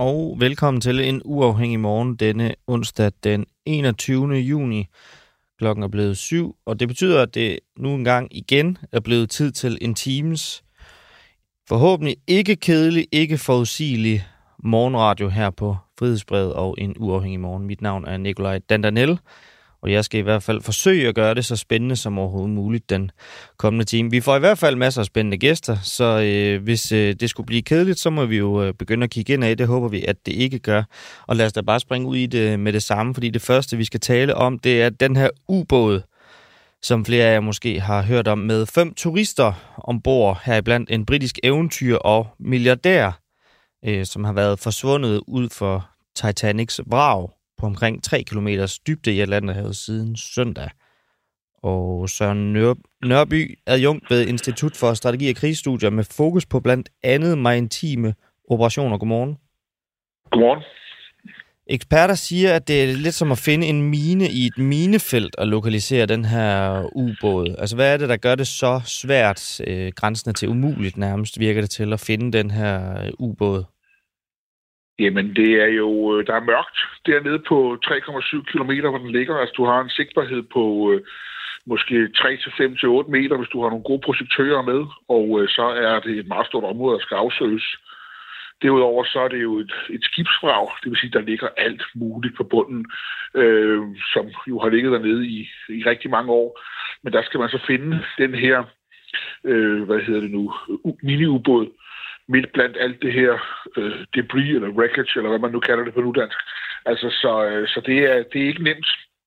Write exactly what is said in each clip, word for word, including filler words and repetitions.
og velkommen til en uafhængig morgen denne onsdag den enogtyvende juni. Klokken er blevet syv, og det betyder, at det nu engang igen er blevet tid til en times forhåbentlig ikke kedelig, ikke forudsigelig morgenradio her på Frihedsbrevet og en uafhængig morgen. Mit navn er Nikolaj Dandanel, og jeg skal i hvert fald forsøge at gøre det så spændende som overhovedet muligt den kommende time. Vi får i hvert fald masser af spændende gæster, så øh, hvis øh, det skulle blive kedeligt, så må vi jo øh, begynde at kigge ind af. Det håber vi, at det ikke gør. Og lad os da bare springe ud i det med det samme, fordi det første, vi skal tale om, det er den her ubåd, som flere af jer måske har hørt om, med fem turister ombord, heriblandt en britisk eventyr og milliardær, øh, som har været forsvundet ud for Titanics vrag på omkring tre kilometers dybde i Atlanterhavet siden søndag. Og Søren Nør- Nørby, adjunkt ved Institut for Strategi og Krigsstudier med fokus på blandt andet maritime operationer. Godmorgen. Godmorgen. Eksperter siger, at det er lidt som at finde en mine i et minefelt at lokalisere den her ubåd. Altså, hvad er det, der gør det så svært, øh, grænsende til umuligt nærmest, virker det til at finde den her øh, ubåd? Jamen, det er jo, der er mørkt dernede på tre komma syv kilometer, hvor den ligger. Altså, du har en sigtbarhed på øh, måske tre til fem til otte meter, hvis du har nogle gode projektører med, og øh, så er det et meget stort område, der skal afsøges. Derudover så er det jo et, et skibsvrag, det vil sige, der ligger alt muligt på bunden, øh, som jo har ligget dernede i, i rigtig mange år. Men der skal man så finde den her, øh, hvad hedder det nu, mini-ubåd, midt blandt alt det her øh, debris eller wreckage, eller hvad man nu kalder det på nudansk. Altså, så, øh, så det, er, det er ikke nemt.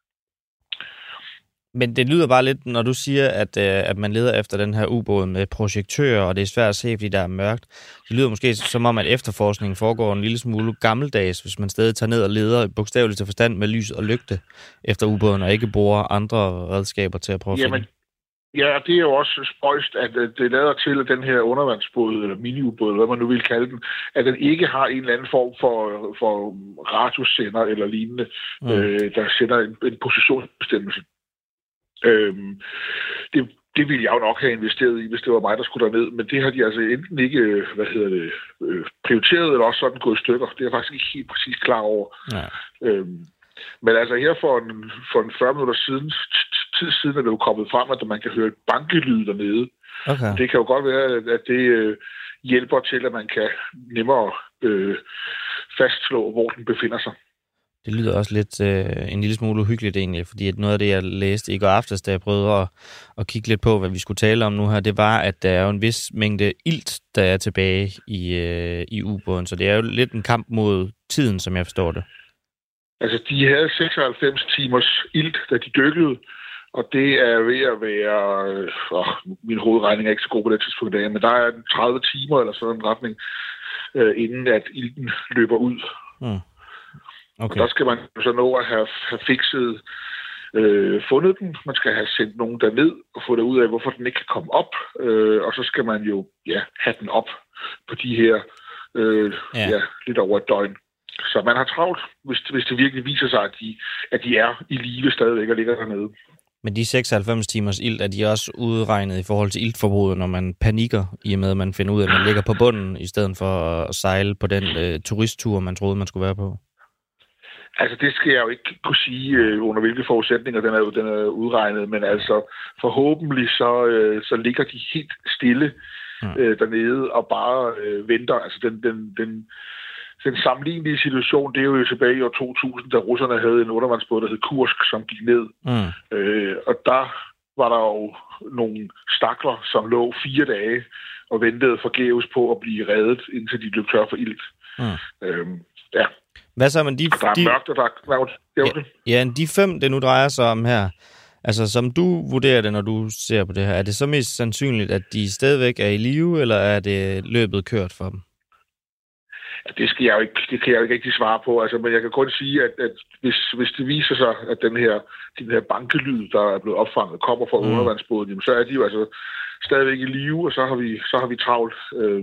Men det lyder bare lidt, når du siger, at, øh, at man leder efter den her ubåd med projektører, og det er svært at se, fordi der er mørkt. Det lyder måske som om, at efterforskningen foregår en lille smule gammeldags, hvis man stadig tager ned og leder bogstaveligt til forstand med lys og lygte efter ubåden, og ikke bruger andre redskaber til at prøve at finde. Jamen, ja, det er jo også spøjst, at det lader til, at den her undervandsbåd, eller mini-ubåd, hvad man nu vil kalde den, at den ikke har en eller anden form for, for radiosender eller lignende, mm. øh, der sender en, en positionsbestemmelse. Øhm, det, det ville jeg jo nok have investeret i, hvis det var mig, der skulle derned, men det har de altså enten ikke, hvad hedder det, øh, prioriteret, eller også sådan gået i stykker. Det er jeg faktisk ikke helt præcis klar over. Ja. Øhm, men altså her for en, for en fyrre minutter siden, tid siden er det jo kommet frem, at man kan høre et bankelyd dernede. Okay. Det kan jo godt være, at det øh, hjælper til, at man kan nemmere øh, fastslå, hvor den befinder sig. Det lyder også lidt øh, en lille smule uhyggeligt egentlig, fordi at noget af det, jeg læste i går aftes, da jeg prøvede at, at kigge lidt på, hvad vi skulle tale om nu her, det var, at der er jo en vis mængde ilt, der er tilbage i, øh, i ubåden. Så det er jo lidt en kamp mod tiden, som jeg forstår det. Altså, de havde seksoghalvfems timers ilt, da de dykkede, og det er ved at være... Øh, min hovedregning er ikke så god på det tidspunkt i dag, men der er tredive timer eller sådan en retning, øh, inden at ilten løber ud. Hmm. Okay. Og der skal man så nå at have, have fikset, øh, fundet den. Man skal have sendt nogen derned og få det ud af, hvorfor den ikke kan komme op. Øh, og så skal man jo ja, have den op på de her øh, ja. Ja, lidt over et døgn. Så man har travlt, hvis, hvis det virkelig viser sig, at de, at de er i live stadigvæk og ligger dernede. Men de seksoghalvfems timers ilt, er de også udregnet i forhold til iltforbruget, når man panikker, i og med at man finder ud af, at man ligger på bunden, i stedet for at sejle på den øh, turisttur, man troede, man skulle være på? Altså, det skal jeg jo ikke kunne sige, øh, under hvilke forudsætninger den er, den er udregnet, men altså, forhåbentlig så, øh, så ligger de helt stille øh, dernede og bare øh, venter. Altså, den, den, den, den sammenlignelige situation, det er jo tilbage i år to tusind, da russerne havde en undervandsbåd, der hed Kursk, som gik ned. Mm. Øh, og der var der jo nogle stakler, som lå fire dage og ventede forgæves på at blive reddet, indtil de løb tør for ilt. Mm. Øh, ja. Hvad så, men de, der er de, mørkt, og der er ja, ja, de fem, det nu drejer sig om her, altså som du vurderer det, når du ser på det her, er det så mest sandsynligt, at de stadigvæk er i live, eller er det løbet kørt for dem? Ja, det, skal jeg jo ikke, det kan jeg jo ikke rigtig svare på, altså, men jeg kan kun sige, at, at hvis, hvis det viser sig, at den her, den her bankelyd, der er blevet opfanget, kommer fra mm. undervandsbåden, så er de jo altså stadigvæk i live, og så har vi, så har vi travlt.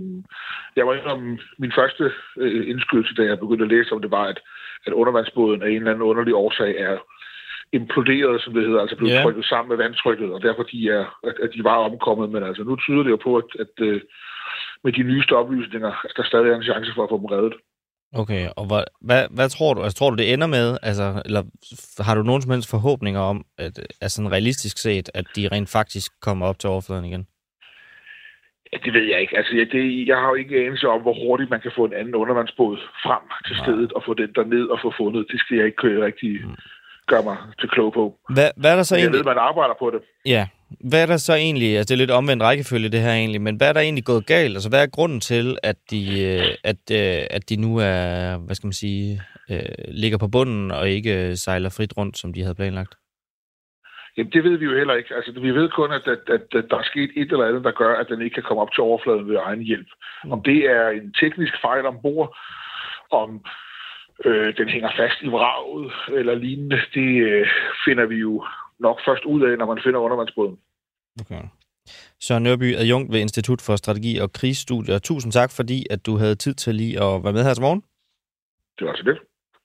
Jeg var inde om min første indskydelse, da jeg begyndte at læse om det, var, at, at undervandsbåden af en eller anden underlig årsag er imploderet, som det hedder, altså blevet yeah. trykket sammen med vandtrykket, og derfor de er, at, at de var omkommet. Men altså nu tyder det jo på, at, at med de nyeste oplysninger, at der stadig er en chance for at få dem reddet. Okay, og hvad, hvad, hvad tror du? Altså, tror du, det ender med, altså, eller har du nogen som helst forhåbninger om, at altså, realistisk set, at de rent faktisk kommer op til overfladen igen? Ja, det ved jeg ikke. Altså, jeg, det, jeg har jo ikke anelse om, hvor hurtigt man kan få en anden undervandsbåd frem til Nej. stedet, og få den derned og få fundet. Det skal jeg ikke rigtig mm. gøre mig til klog på. Hvad, hvad er der så jeg egentlig... ved, man arbejder på det. Ja. Hvad er der så egentlig... Altså, det er lidt omvendt rækkefølge, det her egentlig, men hvad er der egentlig gået galt? Altså, hvad er grunden til, at de, at, at de nu er, hvad skal man sige, ligger på bunden og ikke sejler frit rundt, som de havde planlagt? Jamen, det ved vi jo heller ikke. Altså, vi ved kun, at, at, at, at der er sket et eller andet, der gør, at den ikke kan komme op til overfladen ved egen hjælp. Mm. Om det er en teknisk fejl ombord, om øh, den hænger fast i vraget eller lignende, det øh, finder vi jo nok først ud af, når man finder undervandsbåden. Okay. Søren Nørby, adjunkt ved Institut for Strategi og Krigsstudier. Tusind tak, fordi at du havde tid til lige at være med her til morgen. Det var så det.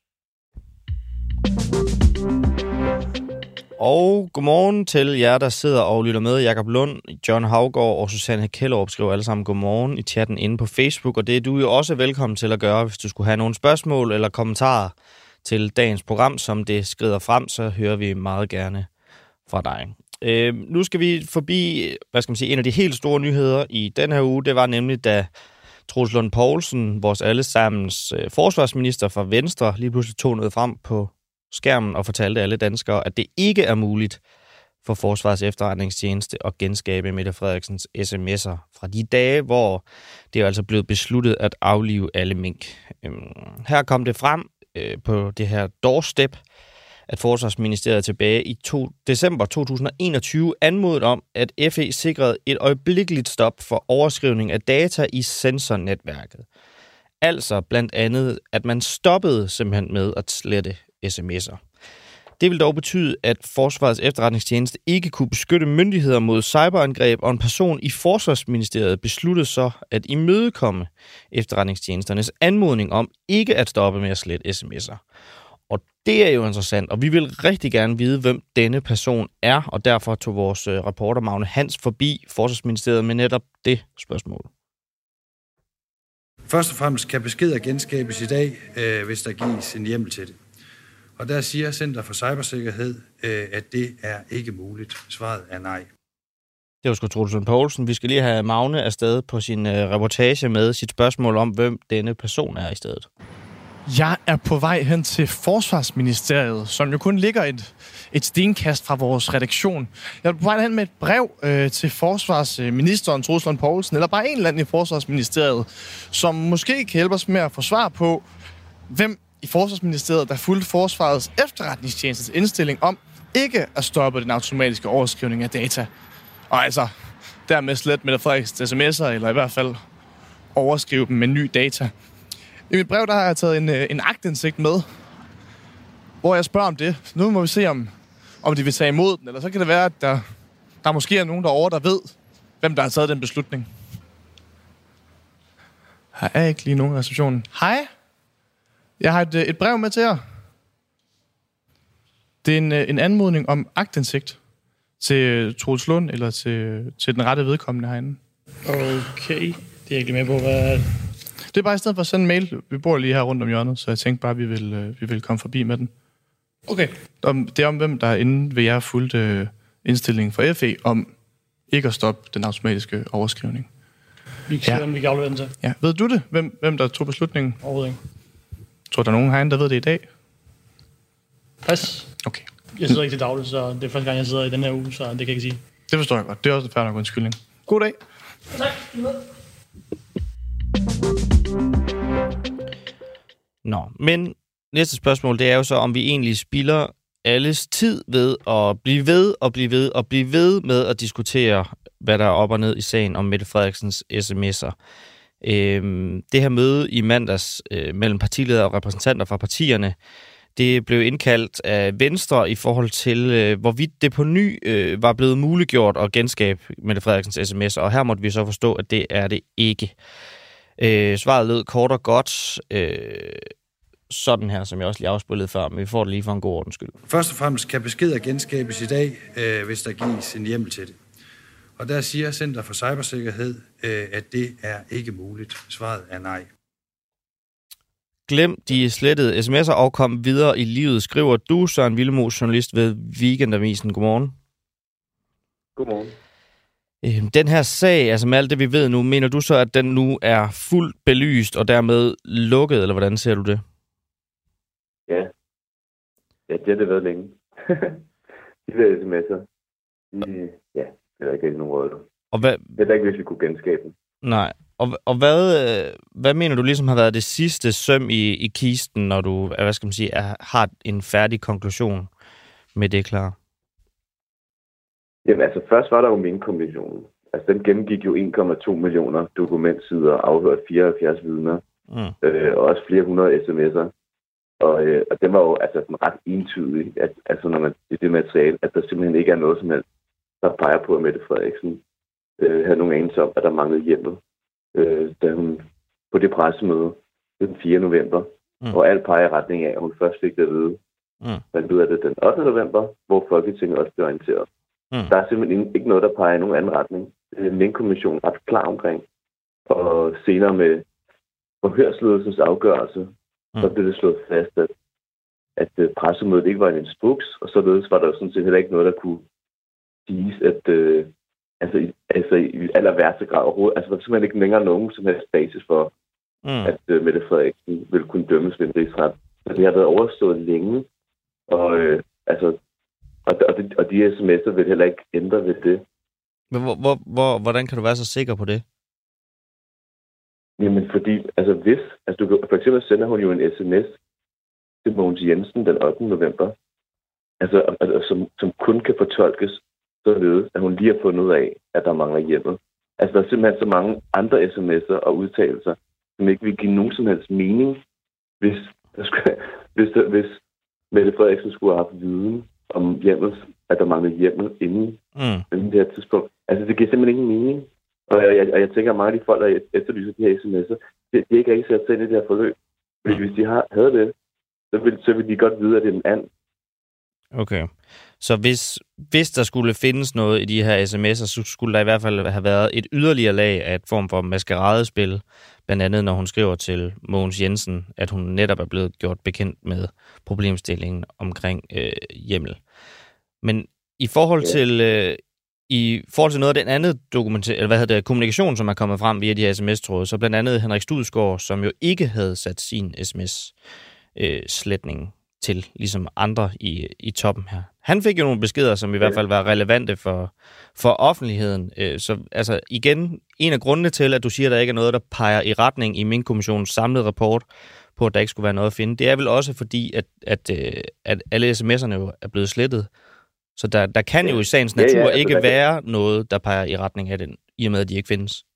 Og godmorgen til jer, der sidder og lytter med. Jakob Lund, John Haugaard og Susanne Kjellerup skriver alle sammen godmorgen i chatten inde på Facebook. Og det er du jo også velkommen til at gøre, hvis du skulle have nogle spørgsmål eller kommentarer til dagens program. Som det skrider frem, så hører vi meget gerne fra dig. Øh, nu skal vi forbi, hvad skal man sige, en af de helt store nyheder i den her uge. Det var nemlig, da Troels Lund Poulsen, vores allesammens øh, forsvarsminister fra Venstre, lige pludselig tog noget frem på skærmen og fortalte alle danskere, at det ikke er muligt for Forsvarets Efterretningstjeneste at genskabe Mette Frederiksens sms'er fra de dage, hvor det er altså blevet besluttet at aflive alle mink. Her kom det frem på det her doorstep, at Forsvarsministeriet tilbage i to, december to tusind og enogtyve anmodede om, at F E sikrede et øjeblikkeligt stop for overskrivning af data i sensornetværket. Altså blandt andet, at man stoppede simpelthen med at slette sms'er. Det vil dog betyde, at Forsvarets Efterretningstjeneste ikke kunne beskytte myndigheder mod cyberangreb, og en person i Forsvarsministeriet besluttede så at imødekomme efterretningstjenesternes anmodning om ikke at stoppe med at slette sms'er. Og det er jo interessant, og vi vil rigtig gerne vide, hvem denne person er, og derfor tog vores reporter Magne Hans forbi Forsvarsministeriet med netop det spørgsmål. Først og fremmest kan beskeder genskabes i dag, øh, hvis der gives en hjemmel til det. Og der siger Center for Cybersikkerhed, øh, at det er ikke muligt. Svaret er nej. Det var sgu Troels Lund Poulsen. Vi skal lige have Magne afsted på sin øh, reportage med sit spørgsmål om, hvem denne person er i stedet. Jeg er på vej hen til Forsvarsministeriet, som jo kun ligger et, et stenkast fra vores redaktion. Jeg er på vej hen med et brev øh, til forsvarsministeren Troels Lund Poulsen, eller bare en eller anden i Forsvarsministeriet, som måske kan hjælpe os med at få svar på, hvem i Forsvarsministeriet, der fulgte Forsvarets Efterretningstjenestes indstilling om ikke at stoppe den automatiske overskrivning af data. Og altså dermed slet Mette Frederiksens sms'er, eller i hvert fald overskrive dem med ny data. I mit brev, der har jeg taget en, en aktindsigt med, hvor jeg spørger om det. Nu må vi se, om, om de vil tage imod den, eller så kan det være, at der, der måske er nogen derovre, der ved, hvem der har taget den beslutning. Her er ikke lige nogen i receptionen. Hej, jeg har et, et brev med til jer. Det er en, en anmodning om aktindsigt til Troels Lund, eller til, til den rette vedkommende herinde. Okay, det er jeg ikke med på, hvad... Det er bare i stedet for at sende en mail. Vi bor lige her rundt om hjørnet, så jeg tænkte bare, at vi vil, øh, vi vil komme forbi med den. Okay. Om, det er om, hvem der er inde ved jer fuldt øh, indstillingen fra F E om ikke at stoppe den automatiske overskrivning. Vi kan se, ja. om vi kan aflevere den til. Ja. Ved du det? Hvem, hvem der tog beslutningen? Overhovedet ikke. Tror der er nogen herinde, der ved det i dag? Pas. Okay. Jeg sidder ikke til dagligt, så det er første gang, jeg sidder i den her uge, så det kan jeg ikke sige. Det forstår jeg godt. Det er også en fair nok undskyldning. God dag. Tak. Nå, men næste spørgsmål, det er jo så, om vi egentlig spilder alles tid ved at blive ved og blive ved og blive ved med at diskutere, hvad der er op og ned i sagen om Mette Frederiksens sms'er. Øhm, det her møde i mandags øh, mellem partiledere og repræsentanter fra partierne, det blev indkaldt af Venstre i forhold til, øh, hvorvidt det på ny øh, var blevet muliggjort at genskabe Mette Frederiksens sms'er, og her måtte vi så forstå, at det er det ikke. Øh, svaret lød kort og godt, øh, sådan her, som jeg også lige afspillede før, men vi får det lige for en god ordens skyld. Først og fremmest kan beskeder genskabes i dag, øh, hvis der gives en hjemmel til det. Og der siger Center for Cybersikkerhed, øh, at det er ikke muligt. Svaret er nej. glem de slettede sms'er og kom videre i livet, skriver du, Søren Villemo, journalist ved Weekendavisen. Godmorgen. Godmorgen. Den her sag, altså med alt det, vi ved nu, mener du så, at den nu er fuldt belyst og dermed lukket, eller hvordan ser du det? Ja, ja det har det været længe. De der sms'er, de, ja, det er ikke rigtig nogen råd. Og hvad... Det er ikke, hvis vi kunne genskabe den. Nej, og, og hvad, hvad mener du ligesom har været det sidste søm i, i kisten, når du, hvad skal man sige, er, har en færdig konklusion med det klar? Jamen altså, først var der jo Mink-kommissionen. Altså, den gennemgik jo en komma to millioner dokumentsider og afhørte fireoghalvfjerds vidner. Mm. Øh, og også flere hundrede sms'er. Og, øh, og det var jo altså ret entydigt, at altså, når man det, det materiale, at der simpelthen ikke er noget som helst, der peger på, at Mette Frederiksen øh, havde nogen anelse om, at der manglede hjemmet. Øh, da hun på det pressemøde den fjerde november, mm. og alt peger i retning af, at hun først fik det at vide. Mm. Man ved, at det den ottende november, hvor Folketinget også blev orienteret. Mm. Der er simpelthen ikke noget, der peger i nogen anden retning. Det er Mink-kommissionen ret klar omkring. Og senere med forhørsledelsens afgørelse, mm. så blev det slået fast, at, at pressemødet ikke var en instruks, og således var der jo sådan set heller ikke noget, der kunne siges, at øh, altså, i, altså i aller værste grad overhovedet, altså der var simpelthen ikke længere nogen som helst basis for, mm. at øh, Mette Frederiksen ville kunne dømmes ved en rigsret. Så det har været overstået længe, og øh, altså Og, og, de, og de sms'er vil heller ikke ændre ved det. Men hvor, hvor, hvor, hvordan kan du være så sikker på det? Jamen fordi, altså hvis, altså du, for eksempel sender hun jo en sms til Mogens Jensen den ottende november, altså, altså som, som kun kan fortolkes således, at hun lige har fundet ud af, at der mangler hjemmet. Altså der er simpelthen så mange andre sms'er og udtalelser, som ikke vil give nogen som helst mening, hvis, der skulle, hvis, der, hvis Mette Frederiksen skulle have haft viden om hjemmet, at der manglede hjemmet inden, mm. inden det her tidspunkt. Altså, det giver simpelthen ingen mening. Og jeg, jeg, og jeg tænker, at mange af de folk, der efterlyser de her sms'er, det, det er ikke rigtig sat sig ind i det her forløb. Fordi mm. hvis de har, havde det, så vil, så vil de godt vide, at det er en and. Okay. Så hvis, hvis der skulle findes noget i de her sms'er, så skulle der i hvert fald have været et yderligere lag af et form for maskeradespil, blandt andet når hun skriver til Mogens Jensen, at hun netop er blevet gjort bekendt med problemstillingen omkring øh, hjemmel. Men i forhold ja. til øh, i forhold til noget af den andet dokumenter- eller hvad hedder det, kommunikation, som er kommet frem via de her sms-tråde, så blandt andet Henrik Studsgaard, som jo ikke havde sat sin sms-sletning øh, til, ligesom andre i, i toppen her. Han fik jo nogle beskeder, som i hvert fald var relevante for, for offentligheden. Så altså igen, en af grundene til, at du siger, at der ikke er noget, der peger i retning i Mink-kommissionens samlede rapport på, at der ikke skulle være noget at finde, det er vel også fordi, at, at, at alle sms'erne jo er blevet slettet. Så der, der kan jo i sagens natur ja, ja, altså, ikke være kan... noget, der peger i retning af den, i og med, at de ikke findes.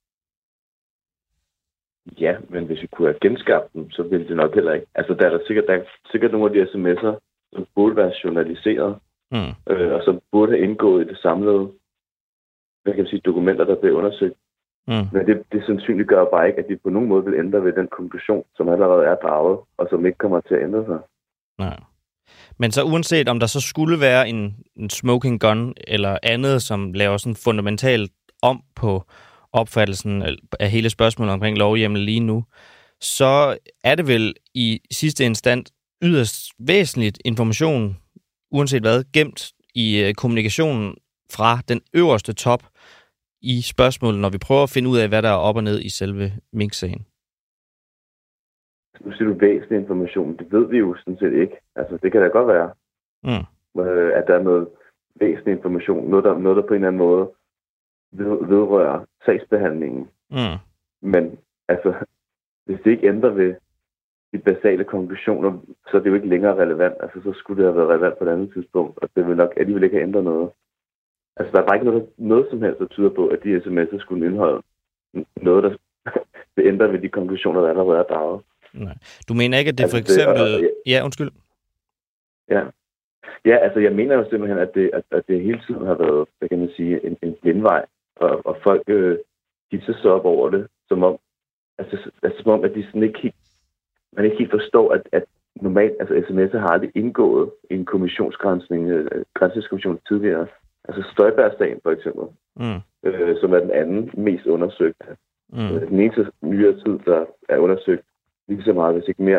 Ja, men hvis vi kunne have genskabt dem, så ville det nok heller ikke. Altså, der er der sikkert, der er sikkert nogle af de sms'er, som burde være journaliseret, mm. øh, og som burde have indgået i det samlede, hvad kan man sige, dokumenter, der bliver undersøgt. Mm. Men det, det sandsynligt gør bare ikke, at de på nogen måde vil ændre ved den konklusion, som allerede er draget, og som ikke kommer til at ændre sig. Nej. Men så uanset om der så skulle være en, en smoking gun eller andet, som laver sådan fundamentalt om på opfattelsen af hele spørgsmålet omkring lovhjemmel lige nu, så er det vel i sidste instant yderst væsentligt information, uanset hvad, gemt i kommunikationen fra den øverste top i spørgsmålet, når vi prøver at finde ud af, hvad der er op og ned i selve Mink-sagen. Nu siger du væsentlig information. Det ved vi jo sådan set ikke. Altså, det kan da godt være, mm. at der er noget væsentlig information, noget der, noget, der på en eller anden måde vedrører sagsbehandlingen. Mm. Men altså, hvis det ikke ændrer ved de basale konklusioner, så er det jo ikke længere relevant. Altså, så skulle det have været relevant på et andet tidspunkt, og det vil nok alligevel ikke have ændret noget. Altså, der er bare ikke noget, noget som helst, der tyder på, at de sms'er skulle indeholde noget, der vil ændre ved de konklusioner, der allerede er draget. Nej. Du mener ikke, at det altså, for eksempel... Det, og, ja. ja, undskyld. Ja. Ja, altså, jeg mener jo simpelthen, at det, at, at det hele tiden har været, hvad kan man sige, en, en blindvej. Og, og folk øh, hisser sig op over det, som om, altså, altså, som om, at de sådan ikke helt, man ikke helt forstår, at, at normalt, altså sms'er har aldrig indgået i en kommissionsgrænsning, øh, grænsningskommission tidligere. Altså Støjberg-sagen for eksempel, mm. øh, som er den anden mest undersøgte. Mm. Den eneste nyere tid, der er undersøgt lige så meget, hvis ikke mere,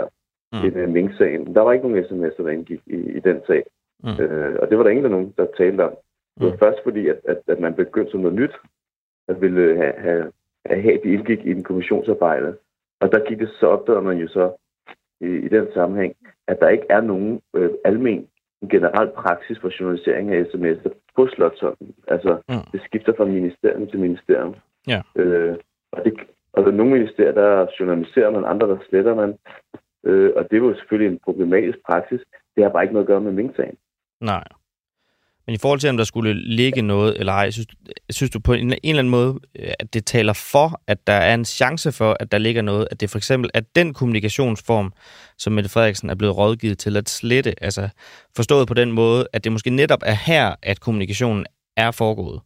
mm. end uh, Mink-sagen. Der var ikke nogen sms'er, der indgik i, i den sag. Mm. Øh, og det var der ingen, der, nogen, der talte om. Det var mm. først fordi, at, at, at man begyndte som noget nyt, at ville have, have, have de indgik i en kommissionsarbejde. Og der gik det, så opdagede man jo så i, i den sammenhæng, at der ikke er nogen øh, almen generel praksis for journalisering af sms'er på Slotsholmen. Altså, mm. det skifter fra ministerium til ministerium. Ja. Øh, og, det, og der er nogle ministerier, der journaliserer man, andre, der sletter man. Øh, og det var jo selvfølgelig en problematisk praksis. Det har bare ikke noget at gøre med Mink-sagen. Nej. Men i forhold til, om der skulle ligge noget, eller ej, synes, synes du på en, en eller anden måde, at det taler for, at der er en chance for, at der ligger noget, at det for eksempel er den kommunikationsform, som Mette Frederiksen er blevet rådgivet til at slette, altså forstået på den måde, at det måske netop er her, at kommunikationen er foregået?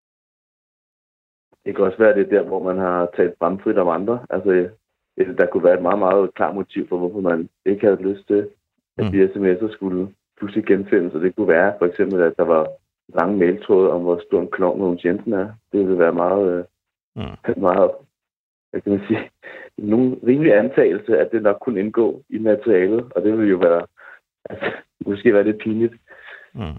Det kan også være, det der, hvor man har talt bramfrit om andre. Altså, der kunne være et meget, meget klart motiv for, hvorfor man ikke havde lyst til, at de sms'er skulle pludselig genfindes. Og det kunne være for eksempel, at der var lange mailtråde om, hvor stor en klovn Mogens Jensen er. Det ville være meget, mm. meget, hvad kan man sige, nogle rimelig antagelse, at det nok kunne indgå i materialet. Og det ville jo være, altså, måske være lidt pinligt. Mm.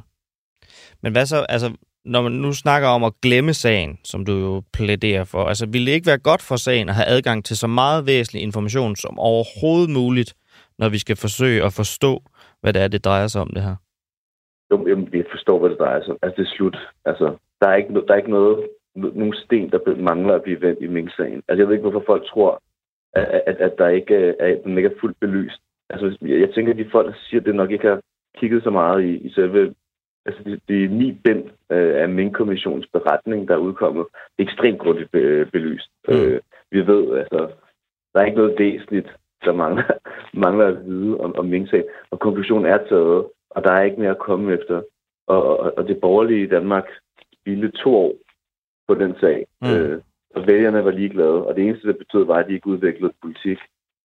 Men hvad så, altså, når man nu snakker om at glemme sagen, som du jo plæderer for, altså ville det ikke være godt for sagen at have adgang til så meget væsentlig information som overhovedet muligt, når vi skal forsøge at forstå, hvad det er, det drejer sig om det her? Jo, jamen, vi forstår, hvad det drejer sig om. Altså, det er slut. Altså, der er ikke, der er ikke noget, nogen sten, der mangler at blive vendt i Mink-sagen. Altså, jeg ved ikke, hvorfor folk tror, at, at, at der ikke er, den ikke er fuldt belyst. Altså, jeg, jeg tænker, at de folk, der siger, at det nok ikke har kigget så meget i, i selve. Altså, det, det er ni bind øh, af Mink-kommissionens beretning, der er udkommet. Ekstremt grundigt be, belyst. Mm. Øh, vi ved, altså, der er ikke noget væsentligt, der mangler, mangler at vide om, om Mink-sagen. Og konklusionen er taget, og der er ikke mere at komme efter. Og, og, og det borgerlige i Danmark spildte to år på den sag. Mm. Øh, og vælgerne var ligeglade. Og det eneste, det betød, var, at de ikke udviklede politik.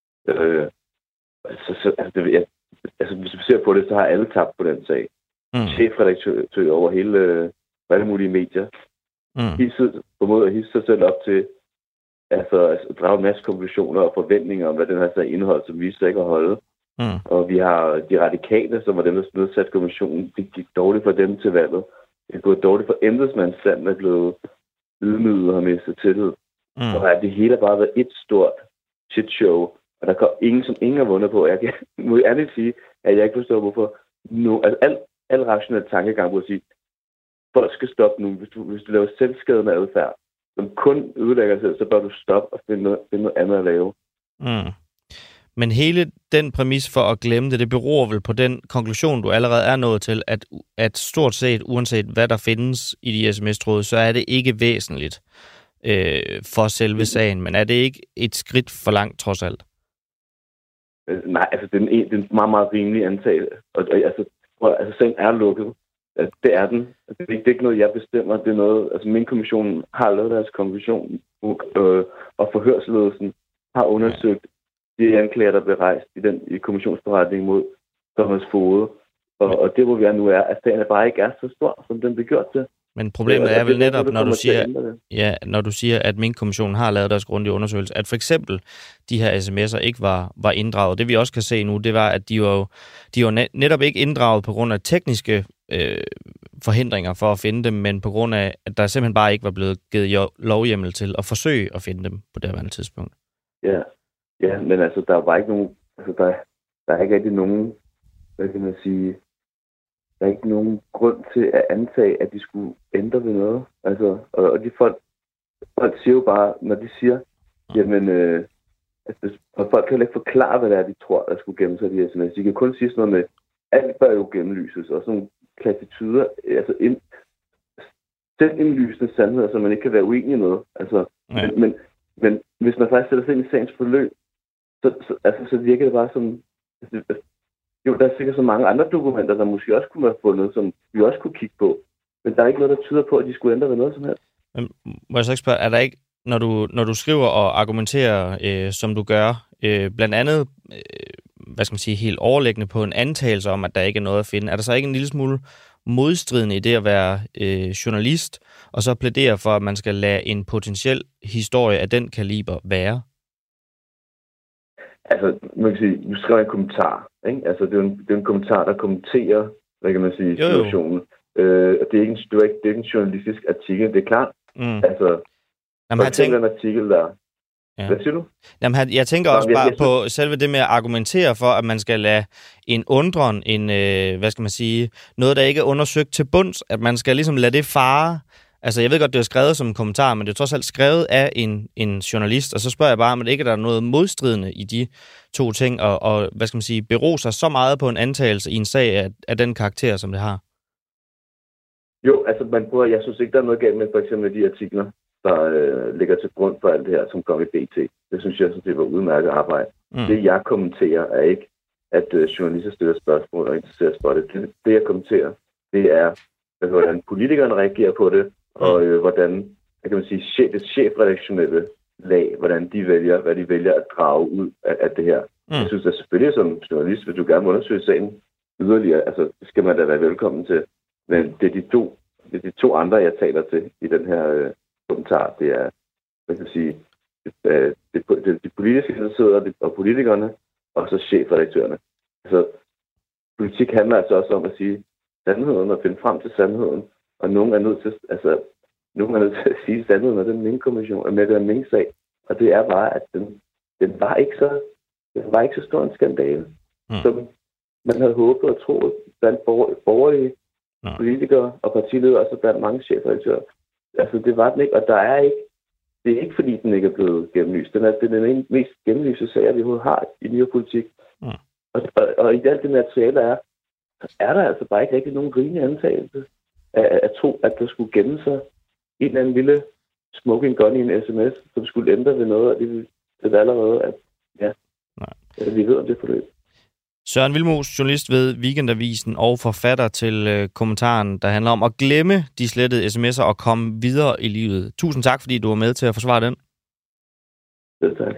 Øh, altså, så, altså, det, jeg, altså, hvis vi ser på det, så har alle tabt på den sag. Mm. Chefredaktør over hele øh, alle mulige medier. Mm. Hisset, på måde at hisse sig selv op til altså, altså drage en masse konklusioner og forventninger om, hvad den her sag indeholder, som vi ikke at holde. Mm. Og vi har de radikale, som var dem, der nedsatte kommissionen. Det gik dårligt for dem til valget. Det er gået dårligt for embedsmandsstanden, der er blevet ydmyget og har mistet tillid. Mm. Og at det hele har bare været et stort shit show. Og der kom ingen, som ingen har vundet på. Jeg kan, må jeg ærligt sige, at jeg ikke forstår, hvorfor no, altså, alt Al rationel tankegang på at sige, folk skal stoppe nu. Hvis du, hvis du laver selvskadende adfærd, som kun ødelægger sig selv, så bør du stoppe og finde noget, finde noget andet at lave. Mm. Men hele den præmis for at glemme det, det beror vel på den konklusion, du allerede er nået til, at, at stort set, uanset hvad der findes i de sms-tråde, så er det ikke væsentligt øh, for selve sagen. Men er det ikke et skridt for langt, trods alt? Nej, altså det er en, det er en meget, meget rimelig antagelse. Og, og altså, Altså, sagen er lukket. Altså, det er den. Altså, det, er ikke, det er ikke noget, jeg bestemmer. Det er noget, altså, min kommission har lavet deres konklusion, øh, og forhørsledelsen har undersøgt de anklager, der blev rejst i den i kommissionsberetning mod Thomas Foged. Og, og det, hvor vi er nu, er, at sagen bare ikke er så stor, som den blev gjort til. Men problemet er vel netop, når du siger, ja, når du siger, at Mink-kommissionen har lavet deres grundige undersøgelse, at for eksempel de her sms'er ikke var, var inddraget. Det vi også kan se nu, det var, at de var, de var netop ikke inddraget på grund af tekniske øh, forhindringer for at finde dem, men på grund af, at der simpelthen bare ikke var blevet givet lovhjemmel til at forsøge at finde dem på det her tidspunkt. Ja, ja, men altså, der var ikke nogen, altså, der, der er ikke rigtig nogen, hvad kan man sige, der er ikke nogen grund til at antage, at de skulle ændre ved noget. Altså, og, og de folk, folk siger jo bare, når de siger, jamen, øh, altså, og folk kan jo ikke forklare, hvad det er, de tror, der skulle gemme sig de her sms. De kan kun sige sådan noget med, alt bør jo gennemlyses, og sådan nogle platituder, altså ind, selv indlysende sandheder, som man ikke kan være uenig med. Altså, ja. men, men, men hvis man faktisk sætter sig ind i sagens forløb, så, så, altså, så virker det bare som, altså, jo, der er sikkert så mange andre dokumenter, der måske også kunne være fundet, som vi også kunne kigge på. Men der er ikke noget, der tyder på, at de skulle ændre ved noget som helst. Men må jeg så ikke spørge, er der ikke, når du, når du skriver og argumenterer, øh, som du gør, øh, blandt andet, øh, hvad skal man sige, helt overliggende på en antagelse om, at der ikke er noget at finde, er der så ikke en lille smule modstridende i det at være øh, journalist, og så plædere for, at man skal lade en potentiel historie af den kaliber være? Altså, man kan sige, du skriver en kommentar, ikke? Altså, det er en, det er en kommentar, der kommenterer, hvad kan man sige, situationen. Øh, og det er, ikke en, det, er ikke, det er ikke en journalistisk artikel, det er klart. Mm. Altså, Jamen, for eksempel en artikel, der... Ja. Hvad siger du? Jamen, jeg tænker også Nå, bare jeg, jeg, på selve det med at argumentere for, at man skal lade en undren, en, øh, hvad skal man sige, noget, der ikke er undersøgt til bunds, at man skal ligesom lade det fare. Altså, jeg ved godt, det er skrevet som en kommentar, men det er trods alt skrevet af en, en journalist, og så spørger jeg bare, om det ikke er der noget modstridende i de to ting, og, og hvad skal man sige, bero sig så meget på en antagelse i en sag af, af den karakter, som det har. Jo, altså, man prøver, jeg synes ikke, der er noget galt med for eksempel de artikler, der øh, ligger til grund for alt det her, som kom i B T. Det synes jeg, det var udmærket arbejde. Mm. Det, jeg kommenterer, er ikke, at øh, journalister stiller spørgsmål og interesserer sig for det. det. Det, jeg kommenterer, det er, hvordan politikerne reagerer på det, og øh, hvordan, hvad kan man sige, chef, det chefredaktionelle lag, hvordan de vælger, hvad de vælger at drage ud af, af det her. Mm. Jeg synes, at selvfølgelig som journalist, hvis du gerne vil undersøge sagen yderligere, altså, det skal man da være velkommen til. Men det er de to, det er de to andre, jeg taler til i den her øh, kommentar. Det er, hvad kan man sige, det, det, det, det, de politiske interesserede og politikerne, og så chefredaktørerne. Altså, politik handler altså også om at sige sandheden og finde frem til sandheden. Og nogen er nødt til, altså, nogen er nødt til at sige sandheden af den Mink-kommission, med den Mink-sag. Og det er bare, at den, den var ikke så, den var ikke så stor en skandale, mm. som man havde håbet og troet blandt borgerlige mm. politikere og partiledere, også blandt mange chefredaktører. Altså, det var den ikke, og der er ikke, det er ikke fordi, den ikke er blevet gennemlyst. Den er, det er den mest gennemlyste sag, vi overhovedet har i nyere politik. Mm. Og, og, og i alt det materiale, der er, så er der altså bare ikke rigtig nogen rimelig antagelse af, at tro, at der skulle gemme sig en eller anden lille smoking gun i en sms, som skulle ændre ved noget, og det er allerede, at ja, Nej. vi ved om det forløb. Søren Vilmos, journalist ved Weekendavisen og forfatter til øh, kommentaren, der handler om at glemme de slettede sms'er og komme videre i livet. Tusind tak, fordi du var med til at forsvare den. Selv tak.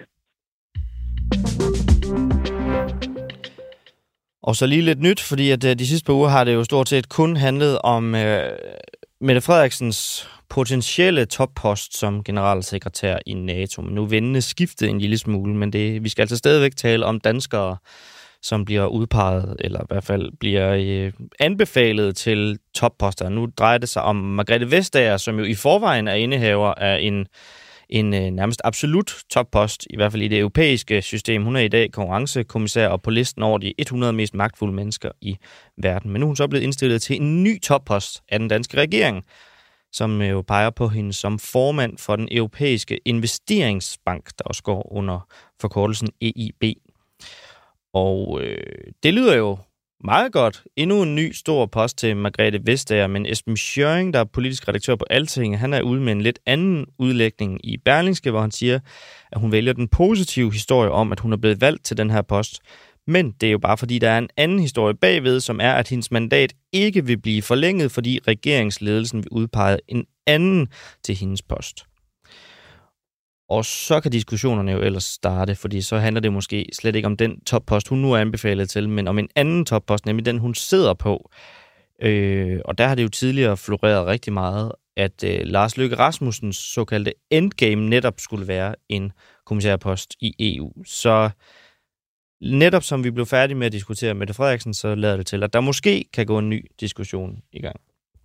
Og så lige lidt nyt, fordi at de sidste par uger har det jo stort set kun handlet om øh, Mette Frederiksens potentielle toppost som generalsekretær i NATO. Men nu vendende skiftet en lille smule, men det, vi skal altså stadigvæk tale om danskere, som bliver udpeget, eller i hvert fald bliver øh, anbefalet til topposter. Nu drejer det sig om Margrethe Vestager, som jo i forvejen er indehaver af en, en øh, nærmest absolut toppost, i hvert fald i det europæiske system. Hun er i dag konkurrencekommissær og på listen over de hundrede mest magtfulde mennesker i verden. Men nu er hun så blevet indstillet til en ny toppost af den danske regering, som jo peger på hende som formand for den europæiske investeringsbank, der også går under forkortelsen E I B. Og øh, det lyder jo meget godt. Endnu en ny stor post til Margrethe Vestager, men Esben Schøring, der er politisk redaktør på Altinget, han er ude med en lidt anden udlægning i Berlingske, hvor han siger, at hun vælger den positive historie om, at hun er blevet valgt til den her post. Men det er jo bare fordi, der er en anden historie bagved, som er, at hendes mandat ikke vil blive forlænget, fordi regeringsledelsen vil udpege en anden til hendes post. Og så kan diskussionerne jo ellers starte, fordi så handler det måske slet ikke om den toppost, hun nu er anbefalet til, men om en anden toppost, nemlig den, hun sidder på. Øh, og der har det jo tidligere floreret rigtig meget, at øh, Lars Løkke Rasmussens såkaldte endgame netop skulle være en kommissærpost i E U. Så netop som vi blev færdige med at diskutere Mette Frederiksen, så lader det til, at der måske kan gå en ny diskussion i gang.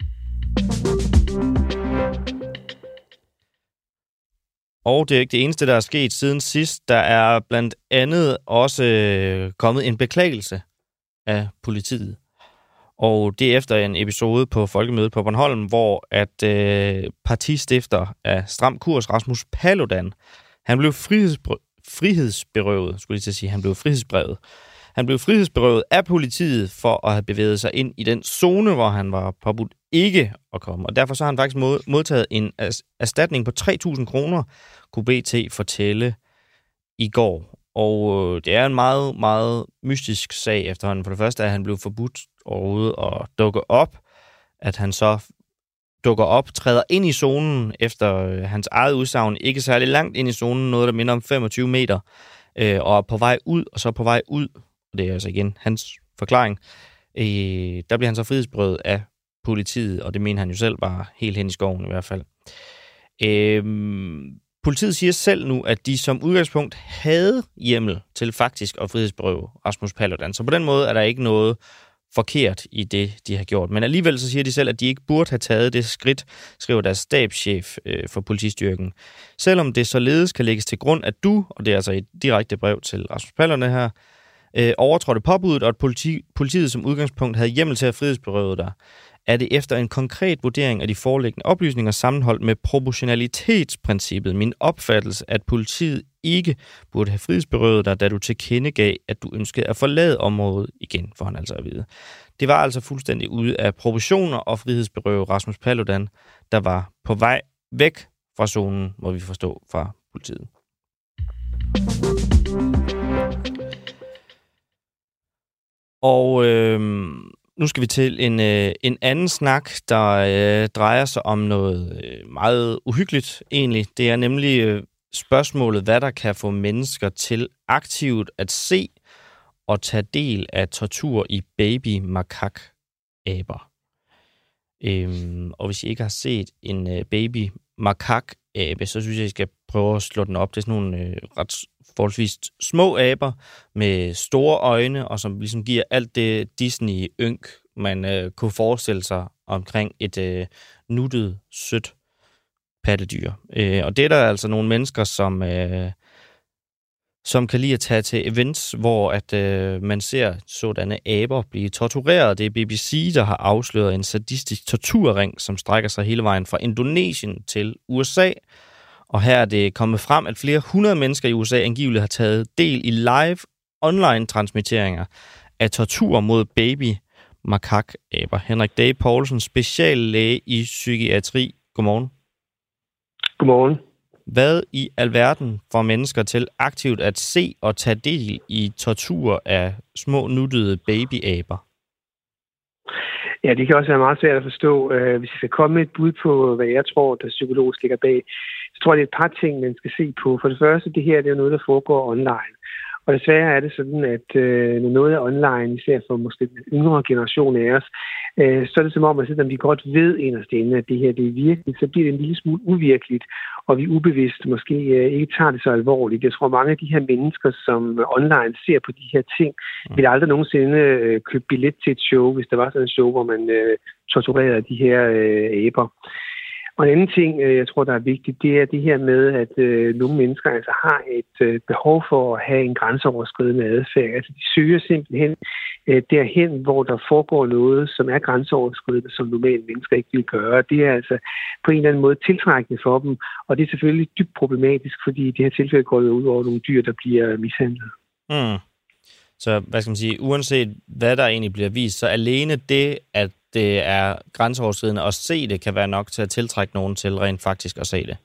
Og det er ikke det eneste, der er sket siden sidst. Der er blandt andet også kommet en beklagelse af politiet. Og det er efter en episode på Folkemødet på Bornholm, hvor at øh, partistifter af Stram Kurs, Rasmus Paludan, han blev frihedsberøvet, frihedsberøvet, skulle jeg til at sige, han blev frihedsberøvet. Han blev frihedsberøvet af politiet for at have bevæget sig ind i den zone, hvor han var påbudt ikke at komme. Og derfor så har han faktisk modtaget en erstatning på tre tusind kroner, kunne B T fortælle i går. Og det er en meget, meget mystisk sag efterhånden. For det første er, at han blev forbudt overhovedet at dukke op. At han så dukker op, træder ind i zonen efter hans eget udsagn. Ikke særlig langt ind i zonen, noget der minder om femogtyve meter. Og er på vej ud, og så på vej ud. Og det er altså igen hans forklaring. Der bliver han så frihedsberøvet af politiet, og det mener han jo selv var helt hen i skoven i hvert fald. Øhm, politiet siger selv nu, at de som udgangspunkt havde hjemmel til faktisk at frihedsberøve Rasmus Paludan. Så på den måde er der ikke noget forkert i det, de har gjort. Men alligevel så siger de selv, at de ikke burde have taget det skridt, skriver deres stabschef øh, for politistyrken. Selvom det således kan lægges til grund, at du, og det er altså et direkte brev til Rasmus Paludan her, øh, overtrådte påbuddet, og at politi, politiet som udgangspunkt havde hjemmel til at frihedsberøve dig, er det efter en konkret vurdering af de foreliggende oplysninger sammenholdt med proportionalitetsprincippet min opfattelse, at politiet ikke burde have frihedsberøvet dig, da du tilkendegav, at du ønskede at forlade området igen, for han altså at vide. Det var altså fuldstændig ude af proportioner og frihedsberøve Rasmus Paludan, der var på vej væk fra zonen, må vi forstå fra politiet. Og øh, nu skal vi til en, øh, en anden snak, der øh, drejer sig om noget øh, meget uhyggeligt egentlig. Det er nemlig øh, spørgsmålet, hvad der kan få mennesker til aktivt at se og tage del af tortur i baby-makak-aber. Øhm, og hvis I ikke har set en øh, baby-makak-abe, så synes jeg, I skal prøve at slå den op. Det er sådan nogle øh, ret forholdsvis små aber med store øjne, og som ligesom giver alt det Disney-ynk, man øh, kunne forestille sig omkring et øh, nuttet, sødt pattedyr. Øh, og det er der altså nogle mennesker, som, øh, som kan lide at tage til events, hvor at, øh, man ser sådanne aber blive tortureret. Det er B B C, der har afsløret en sadistisk torturring, som strækker sig hele vejen fra Indonesien til U S A. Og her er det kommet frem, at flere hundrede mennesker i U S A angiveligt har taget del i live online transmitteringer af tortur mod baby makak-aber. Henrik Dage Poulsen, speciallæge i psykiatri. Godmorgen. Godmorgen. Hvad i alverden får mennesker til aktivt at se og tage del i tortur af små nuttede babyaber? Ja, det kan også være meget svært at forstå. Hvis jeg skal komme med et bud på, hvad jeg tror, der psykologisk ligger bag, så tror jeg, det er et par ting, man skal se på. For det første, det her det er noget, der foregår online. Og desværre er det sådan, at øh, når noget er online, især for måske den yngre generation af os, øh, så er det som om, at selvom vi godt ved inderst inde, at det her det er virkeligt, så bliver det en lille smule uvirkeligt, og vi ubevidst måske øh, ikke tager det så alvorligt. Jeg tror, mange af de her mennesker, som online ser på de her ting, vil aldrig nogensinde øh, købe billet til et show, hvis der var sådan et show, hvor man øh, torturerede de her øh, aber. Og en anden ting, jeg tror, der er vigtigt, det er det her med, at øh, nogle mennesker altså har et øh, behov for at have en grænseoverskridende adfærd. Altså de søger simpelthen øh, derhen, hvor der foregår noget, som er grænseoverskridende, som normale mennesker ikke vil gøre. Det er altså på en eller anden måde tiltrækkende for dem, og det er selvfølgelig dybt problematisk, fordi i det her tilfælde går det ud over nogle dyr, der bliver mishandlet. Mm. Så hvad skal man sige, uanset hvad der egentlig bliver vist, så alene det, at det er grænseoverskridende at se det, kan være nok til at tiltrække nogen til rent faktisk at se det.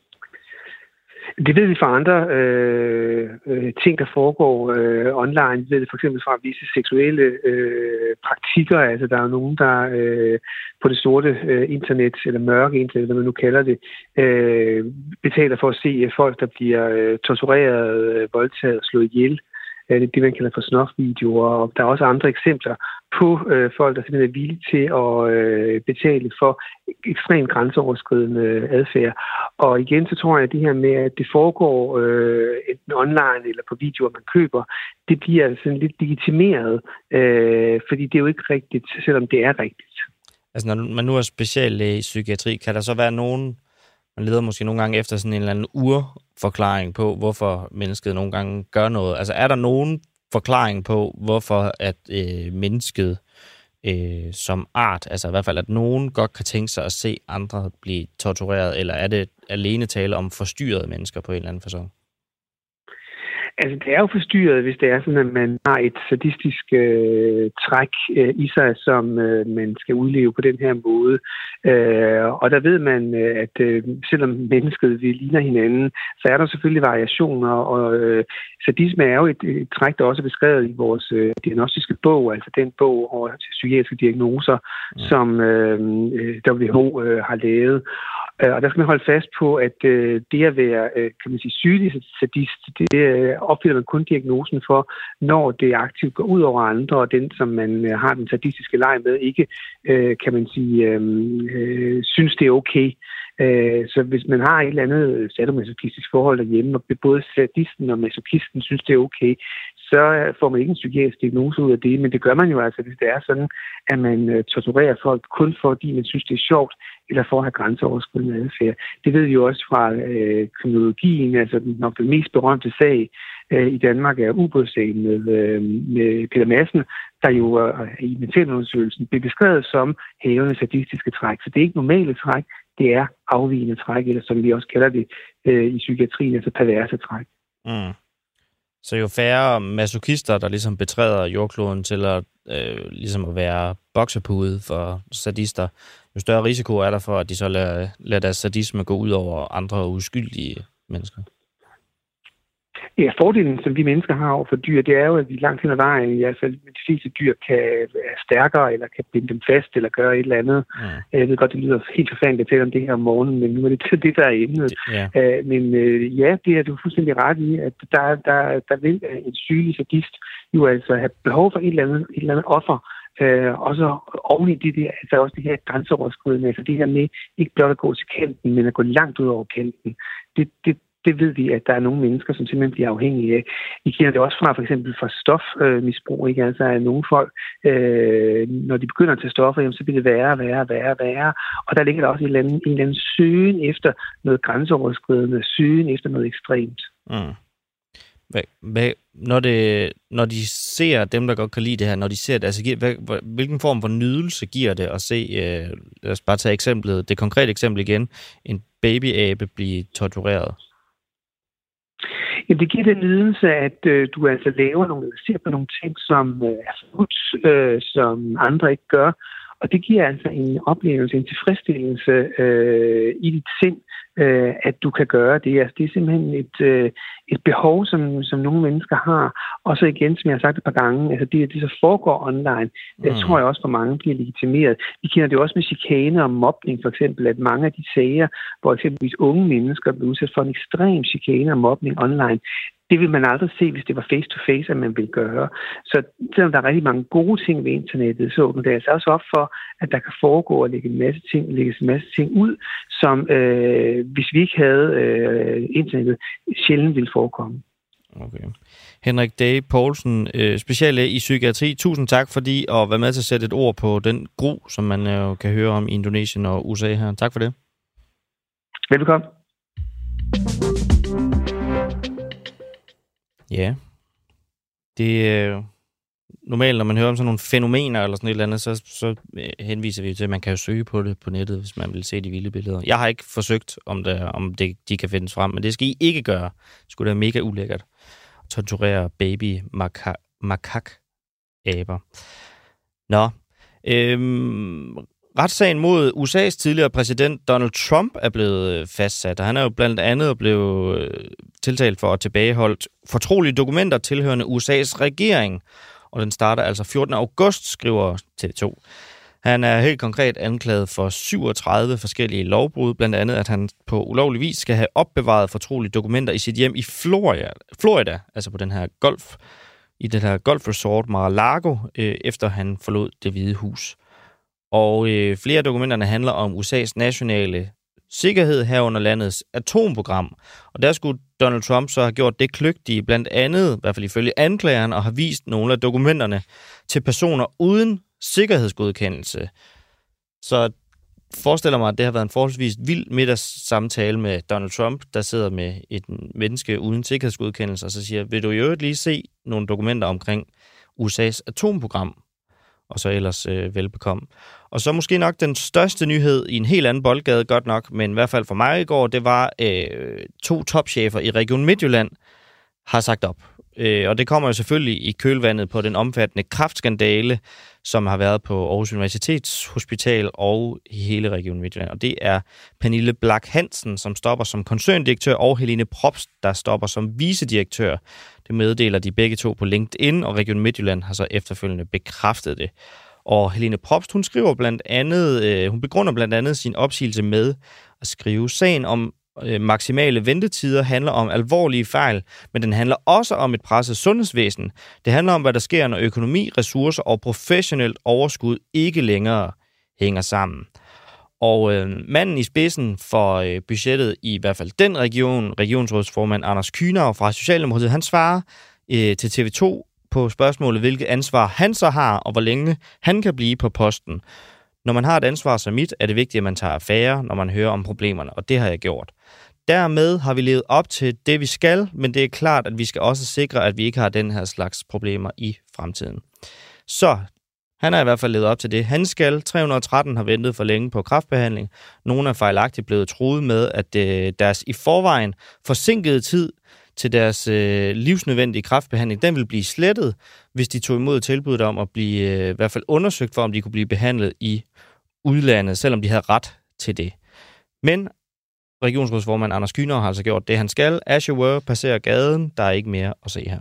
Det ved vi fra andre øh, øh, ting, der foregår øh, online. Vi ved det for eksempel fra visse seksuelle øh, praktikker. Altså, der er nogen, der øh, på det sorte øh, internet, eller mørke internet, hvad man nu kalder det, øh, betaler for at se folk, der bliver øh, tortureret, øh, voldtaget og slået ihjel. Det er det, man kalder for snuff-videoer. Og der er også andre eksempler på øh, folk, der simpelthen er villige til at øh, betale for ekstremt grænseoverskridende adfærd. Og igen, så tror jeg, at det her med, at det foregår øh, enten online eller på videoer, man køber, det bliver altså lidt legitimeret, øh, fordi det er jo ikke rigtigt, selvom det er rigtigt. Altså, når man nu er speciallæge i psykiatri, kan der så være nogen, man leder måske nogle gange efter sådan en eller anden urforklaring på, hvorfor mennesket nogle gange gør noget. Altså er der nogen forklaring på, hvorfor at øh, mennesket øh, som art, altså i hvert fald at nogen godt kan tænke sig at se andre blive tortureret, eller er det alene tale om forstyrrede mennesker på en eller anden facon? Altså, det er jo forstyrret, hvis det er sådan, at man har et sadistisk øh, træk øh, i sig, som øh, man skal udleve på den her måde. Øh, og der ved man, øh, at øh, selvom mennesket vi ligner hinanden, så er der selvfølgelig variationer, og øh, sadisme er jo et, et træk, der også er beskrevet i vores øh, diagnostiske bog, altså den bog over psykiatriske diagnoser, ja. som øh, W H O øh, har lavet. Og der skal man holde fast på, at øh, det at være øh, kan man sige, sygelig sadist, det øh, opfylder man kun diagnosen for, når det aktivt går ud over andre, og den, som man øh, har den sadistiske leg med, ikke, øh, kan man sige, øh, øh, synes det er okay. Øh, så hvis man har et eller andet sadomasochistisk forhold derhjemme, og både sadisten og masochisten synes, det er okay, så får man ikke en psykiatrisk diagnose ud af det, men det gør man jo altså, hvis det er sådan, at man torturerer folk kun fordi man synes, det er sjovt, eller for at have grænseoverskridende adfærd. Det ved vi jo også fra øh, kriminologien, altså nok den mest berømte sag øh, i Danmark er ubådssagen med, øh, med Peter Madsen, der jo øh, i mentalundersøgelsen blev beskrevet som hævende sadistiske træk. Så det er ikke normale træk, det er afvigende træk, eller som vi også kalder det øh, i psykiatrien, altså perverse træk. Mm. Så jo færre masochister, der ligesom betræder jordkloden til at, øh, ligesom at være boksepude for sadister, jo større risiko er der for, at de så lader, lader deres sadisme gå ud over andre uskyldige mennesker. Ja, fordelen, som vi mennesker har over for dyr, det er jo, at vi langt hen ad vejen, i hvert fald de fleste dyr, kan være stærkere, eller kan binde dem fast, eller gøre et eller andet. Mm. Jeg ved godt, det lyder helt forfærdeligt at tale om det her om morgenen, men nu er det det, der er emnet. Yeah. Men øh, ja, det er du fuldstændig ret i, at der, der, der vil en sygelig sadist jo altså have behov for et eller andet, et eller andet offer. Øh, og så oven i det der, altså også det her grænseoverskridende, altså det her med ikke blot at gå til kanten, men at gå langt ud over kanten. Det, det Det ved vi, at der er nogle mennesker, som simpelthen bliver afhængige af. Vi kender det også fra for eksempel fra stofmisbrug. Ikke? Altså at nogle folk, øh, når de begynder at tage stoffer, jamen, så bliver det værre, værre, værre, værre. Og der ligger der også en eller anden, en eller anden søgen efter noget grænseoverskridende, søgen efter noget ekstremt. Mm. Hvad, hvad, når, det, når de ser, dem der godt kan lide det her, når de ser det, altså hvad, hvilken form for nydelse giver det at se, øh, lad os bare tage eksemplet, det konkrete eksempel igen, en babyabe blive tortureret? Jamen, det giver den lidelse, at øh, du altså laver nogle, ser på nogle ting, som øh, er forbudt, øh, som andre ikke gør. Og det giver altså en oplevelse, en tilfredsstillelse øh, i dit sind, øh, at du kan gøre det. Altså, det er simpelthen et, øh, et behov, som, som nogle mennesker har. Og så igen, som jeg har sagt et par gange, altså det, det så foregår online, mm. det tror jeg også, for mange bliver legitimeret. Vi kender det også med chikane og mobning, for eksempel, at mange af de sager, hvor eksempelvis unge mennesker bliver udsat for en ekstrem chikane og mobning online, det vil man aldrig se, hvis det var face-to-face, at man vil gøre. Så selvom der er rigtig mange gode ting ved internettet, så åbner det altså også op for, at der kan foregå og lægge en masse ting, lægges en masse ting ud, som øh, hvis vi ikke havde øh, internettet, sjældent ville forekomme. Okay. Henrik Dage Poulsen, øh, speciallæge i psykiatri. Tusind tak, fordi at være med til at sætte et ord på den gru, som man jo kan høre om i Indonesien og U S A her. Tak for det. Velbekomme. Ja, det er normalt, når man hører om sådan nogle fænomener eller sådan et eller andet, så, så henviser vi til, at man kan jo søge på det på nettet, hvis man vil se de vilde billeder. Jeg har ikke forsøgt, om, det, om det, de kan findes frem, men det skal I ikke gøre. Det skulle da mega ulækkert at torturere baby makak-aber. Nå, øhm, retssagen mod U S A's tidligere præsident Donald Trump er blevet fastsat, og han er jo blandt andet blevet tiltalt for at tilbageholdt fortrolige dokumenter tilhørende U S A's regering, og den starter altså fjortende august, skriver T V to. Han er helt konkret anklaget for syvogtredive forskellige lovbrud, blandt andet at han på ulovlig vis skal have opbevaret fortrolige dokumenter i sit hjem i Florida, Florida altså på den her golf, i det her golfresort Mar-a-Lago, øh, efter han forlod Det Hvide Hus. Og øh, flere af dokumenterne handler om U S A's nationale sikkerhed herunder landets atomprogram. Og der skulle Donald Trump så have gjort det kløgtige, blandt andet, i hvert fald ifølge anklageren, og har vist nogle af dokumenterne til personer uden sikkerhedsgodkendelse. Så forestiller mig, at det har været en forholdsvis vild middagssamtale med Donald Trump, der sidder med et menneske uden sikkerhedsgodkendelse, og så siger, vil du i øvrigt lige se nogle dokumenter omkring U S A's atomprogram? Og så ellers øh, velbekomme. Og så måske nok den største nyhed i en helt anden boldgade, godt nok, men i hvert fald for mig i går, det var øh, to topchefer i Region Midtjylland har sagt op. Øh, og det kommer jo selvfølgelig i kølvandet på den omfattende kræftskandale, som har været på Aarhus Universitets Hospital og i hele Region Midtjylland. Og det er Pernille Blak Hansen, som stopper som koncerndirektør, og Helene Probst, der stopper som vicedirektør. Det meddeler de begge to på LinkedIn, og Region Midtjylland har så efterfølgende bekræftet det. Og Helene Probst, hun skriver blandt andet, øh, hun begrunder blandt andet sin opsigelse med at skrive, sagen om øh, maksimale ventetider handler om alvorlige fejl, men den handler også om et presset sundhedsvæsen. Det handler om, hvad der sker, når økonomi, ressourcer og professionelt overskud ikke længere hænger sammen. Og øh, manden i spidsen for øh, budgettet i hvert fald den region, regionsrådsformand Anders Kühnau fra Socialdemokratiet, han svarer øh, til T V to på spørgsmålet, hvilket ansvar han så har, og hvor længe han kan blive på posten. Når man har et ansvar som mit, er det vigtigt, at man tager affære, når man hører om problemerne, og det har jeg gjort. Dermed har vi levet op til det, vi skal, men det er klart, at vi skal også sikre, at vi ikke har den her slags problemer i fremtiden. Så han har i hvert fald levet op til det, han skal. tre hundrede og tretten har ventet for længe på kræftbehandling. Nogle er fejlagtigt blevet truet med, at øh, deres i forvejen forsinkede tid til deres øh, livsnødvendige kræftbehandling, den vil blive slettet, hvis de tog imod tilbuddet om at blive øh, i hvert fald undersøgt for, om de kunne blive behandlet i udlandet, selvom de havde ret til det. Men regionsrådsformand Anders Kühnau har altså gjort det, han skal. As you were, passerer gaden. Der er ikke mere at se her.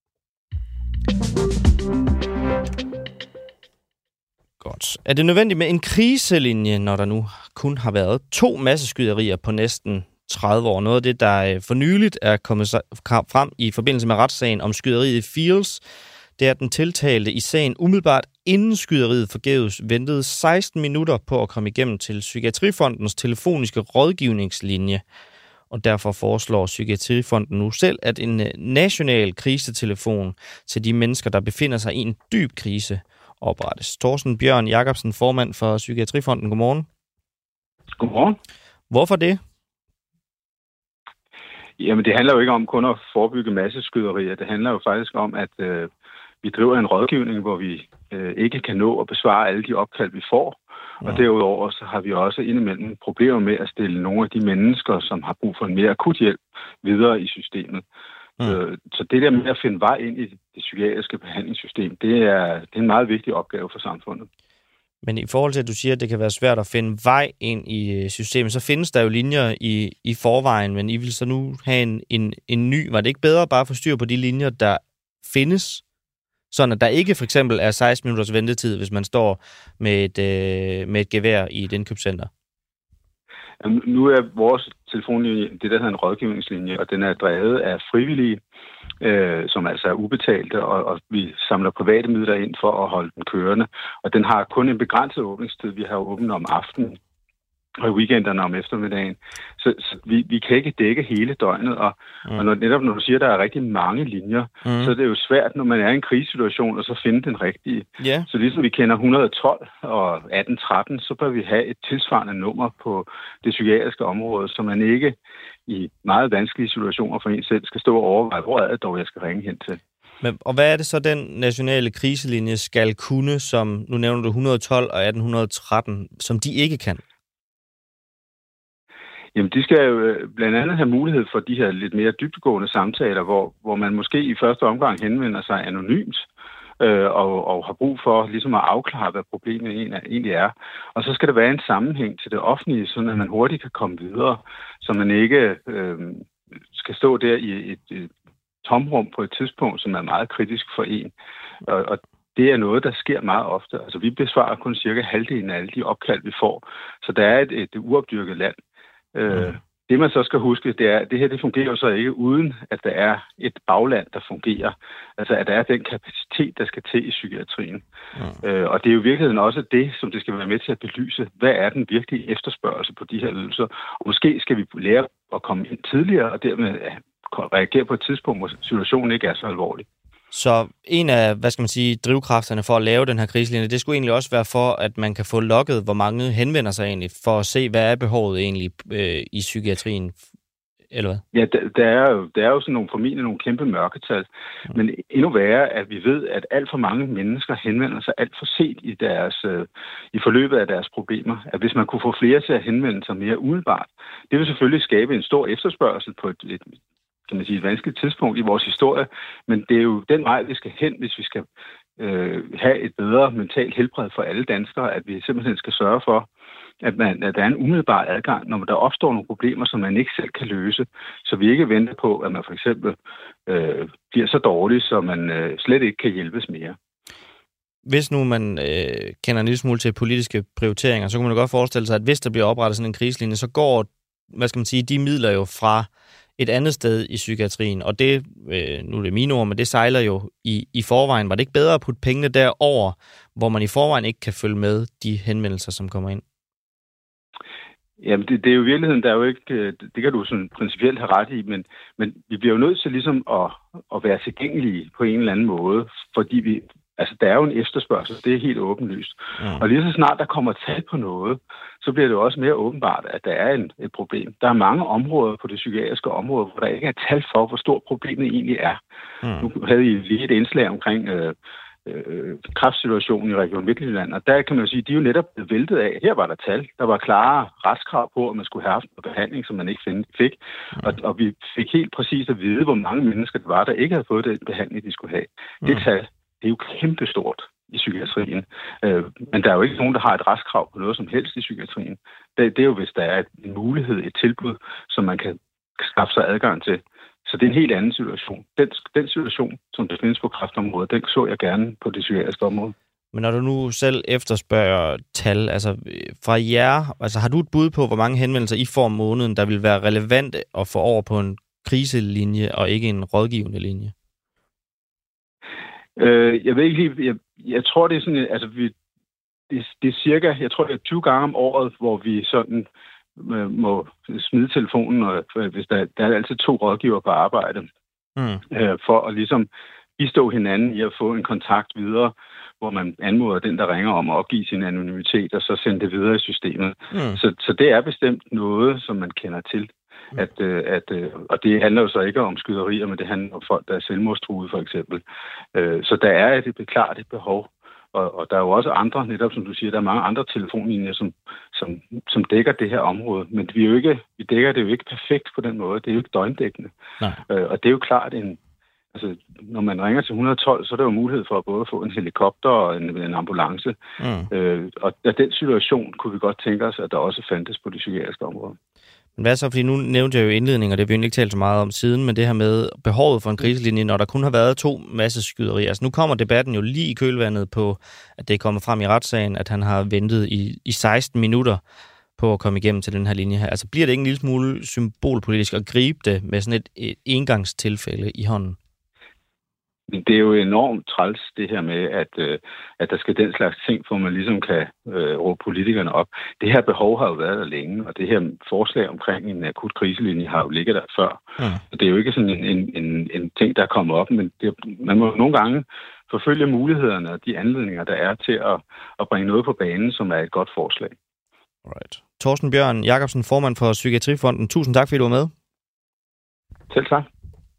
Godt. Er det nødvendigt med en kriselinje, når der nu kun har været to masseskyderier på næsten tredive år? Noget af det, der for nyligt er kommet frem i forbindelse med retssagen om skyderiet i Fields, det er, at den tiltalte i sagen umiddelbart inden skyderiet forgæves ventede seksten minutter på at komme igennem til Psykiatrifondens telefoniske rådgivningslinje. Og derfor foreslår Psykiatrifonden nu selv, at en national krisetelefon til de mennesker, der befinder sig i en dyb krise, oprettes. Thorsten Bjørn Jacobsen, formand for Psykiatrifonden. Godmorgen. Godmorgen. Hvorfor det? Jamen, det handler jo ikke om kun at forebygge masseskyderier. Det handler jo faktisk om, at øh, vi driver en rådgivning, hvor vi øh, ikke kan nå at besvare alle de opkald, vi får. Ja. Og derudover så har vi også indimellem problemer med at stille nogle af de mennesker, som har brug for en mere akut hjælp, videre i systemet. Ja. Øh, så det der med at finde vej ind i det psykiatriske behandlingssystem, det er, det er en meget vigtig opgave for samfundet. Men i forhold til, at du siger, at det kan være svært at finde vej ind i systemet, så findes der jo linjer i, i forvejen, men I vil så nu have en, en, en ny. Var det ikke bedre bare at få styr på de linjer, der findes? Sådan at der ikke for eksempel er seksten minutters ventetid, hvis man står med et, øh, med et gevær i et indkøbscenter? Jamen, nu er vores telefonlinje, det der hedder en rådgivningslinje, og den er drevet af frivillige, øh, som altså er ubetalte, og, og vi samler private midler ind for at holde den kørende. Og den har kun en begrænset åbningstid. Vi har åbent om aftenen og i weekenderne om eftermiddagen. Så, så vi, vi kan ikke dække hele døgnet. Og, mm. og når, netop når du siger, at der er rigtig mange linjer, mm. så er det jo svært, når man er i en krisesituation, og så finde den rigtige. Yeah. Så ligesom vi kender et hundrede og tolv og atten tretten, så bør vi have et tilsvarende nummer på det psykiatriske område, så man ikke i meget vanskelige situationer for en selv skal stå og overveje, hvor er det dog, jeg skal ringe hen til. Men, og hvad er det så, den nationale kriselinje skal kunne, som nu nævner du et hundrede og tolv og atten tretten, som de ikke kan? Jamen, de skal jo blandt andet have mulighed for de her lidt mere dybdegående samtaler, hvor, hvor man måske i første omgang henvender sig anonymt øh, og, og har brug for ligesom at afklare, hvad problemet egentlig er. Og så skal der være en sammenhæng til det offentlige, så at man hurtigt kan komme videre, så man ikke øh, skal stå der i et, et tomrum på et tidspunkt, som er meget kritisk for en. Og, og det er noget, der sker meget ofte. Altså, vi besvarer kun cirka halvdelen af alle de opkald, vi får. Så der er et, et uopdyrket land. Øh, det man så skal huske, det er, at det her det fungerer jo så ikke uden, at der er et bagland, der fungerer. Altså at der er den kapacitet, der skal til i psykiatrien. Ja. Øh, og det er jo i virkeligheden også det, som det skal være med til at belyse. Hvad er den virkelige efterspørgsel på de her ydelser? Og måske skal vi lære at komme ind tidligere, og dermed reagere på et tidspunkt, hvor situationen ikke er så alvorlig. Så en af, hvad skal man sige, drivkræfterne for at lave den her kriselinje, det skulle egentlig også være for, at man kan få logget, hvor mange henvender sig egentlig, for at se, hvad er behovet egentlig øh, i psykiatrien, eller hvad? Ja, der, der, er jo, der er jo sådan nogle, formentlig nogle kæmpe mørketal, mm. men endnu værre, at vi ved, at alt for mange mennesker henvender sig alt for sent i, deres, øh, i forløbet af deres problemer. At hvis man kunne få flere til at henvende sig mere umiddelbart, det vil selvfølgelig skabe en stor efterspørgsel på et, et kan man sige, et vanskeligt tidspunkt i vores historie, men det er jo den vej, vi skal hen, hvis vi skal øh, have et bedre mentalt helbred for alle danskere, at vi simpelthen skal sørge for, at, man, at der er en umiddelbar adgang, når der opstår nogle problemer, som man ikke selv kan løse, så vi ikke venter på, at man for eksempel øh, bliver så dårlig, så man øh, slet ikke kan hjælpes mere. Hvis nu man øh, kender en lille smule til politiske prioriteringer, så kan man godt forestille sig, at hvis der bliver oprettet sådan en kriselinje, så går, hvad skal man sige, de midler jo fra et andet sted i psykiatrien, og det, øh, nu er det mine ord, men det sejler jo i, i forvejen. Var det ikke bedre at putte pengene derover, hvor man i forvejen ikke kan følge med de henvendelser, som kommer ind? Jamen, det, det er jo i virkeligheden, der er jo ikke, det kan du sådan principielt have ret i, men, men vi bliver jo nødt til ligesom at, at være tilgængelige på en eller anden måde, fordi vi, altså der er jo en efterspørgsel, det er helt åbenlyst. Mm. Og lige så snart der kommer tal på noget, så bliver det jo også mere åbenbart, at der er en, et problem. Der er mange områder på det psykiatriske område, hvor der ikke er tal for, hvor stort problemet egentlig er. Mm. Nu havde I lige et indslag omkring øh, øh, kræftsituationen i Region Midtjylland, og der kan man jo sige, at de er jo netop væltet af. Her var der tal. Der var klare retskrav på, at man skulle have haft en behandling, som man ikke fik. Mm. Og, og vi fik helt præcist at vide, hvor mange mennesker det var, der ikke havde fået den behandling, de skulle have. Mm. Det tal, det er jo kæmpestort i psykiatrien. Øh, men der er jo ikke nogen, der har et retskrav på noget som helst i psykiatrien. Det, det er jo, hvis der er en mulighed, et tilbud, som man kan skaffe sig adgang til. Så det er en helt anden situation. Den, den situation, som der findes på kræftområdet, den så jeg gerne på det psykiatriske område. Men når du nu selv efterspørger tal, altså fra jer, altså har du et bud på, hvor mange henvendelser I får om måneden, der vil være relevante at få over på en kriselinje og ikke en rådgivende linje? Øh, jeg ved ikke lige, jeg, jeg tror det er sådan, altså vi, det, det er cirka, jeg tror det er tyve gange om året, hvor vi sådan øh, må smide telefonen, og hvis der, der er altid to rådgiver på arbejde, mm. øh, for at ligesom bistå hinanden i at få en kontakt videre, hvor man anmoder den, der ringer om at opgive sin anonymitet, og så sende det videre i systemet. Mm. Så, så det er bestemt noget, som man kender til. At, at, og det handler jo så ikke om skyderier, men det handler om folk, der er selvmordstruede, for eksempel. Så der er et klart et behov. Og, og der er jo også andre, netop som du siger, der er mange andre telefonlinjer, som, som, som dækker det her område. Men vi, er jo ikke, vi dækker det jo ikke perfekt på den måde. Det er jo ikke døgndækkende. Nej. Og det er jo klart en... Altså, når man ringer til et hundrede og tolv, så er der jo mulighed for at både få en helikopter og en, en ambulance. Mm. Øh, og af den situation kunne vi godt tænke os, at der også fandtes på det psykiatriske område. Men hvad så? Fordi nu nævnte jeg jo indledning, og det har vi jo ikke talt så meget om siden, men det her med behovet for en kriselinje, når der kun har været to masseskyderier. Altså nu kommer debatten jo lige i kølvandet på, at det er kommet frem i retssagen, at han har ventet i, i seksten minutter på at komme igennem til den her linje her. Altså bliver det ikke en lille smule symbolpolitisk at gribe det med sådan et, et engangstilfælde i hånden? Det er jo enormt træls, det her med, at, øh, at der skal den slags ting, hvor man ligesom kan øh, råbe politikerne op. Det her behov har jo været der længe, og det her forslag omkring en akut kriselinje har jo ligget der før. Mm. Det er jo ikke sådan en, en, en, en ting, der er kommet op, men det, man må nogle gange forfølge mulighederne og de anledninger, der er til at, at bringe noget på banen, som er et godt forslag. Alright. Torsten Bjørn Jacobsen, formand for Psykiatrifonden. Tusind tak, fordi du var med. Selv tak.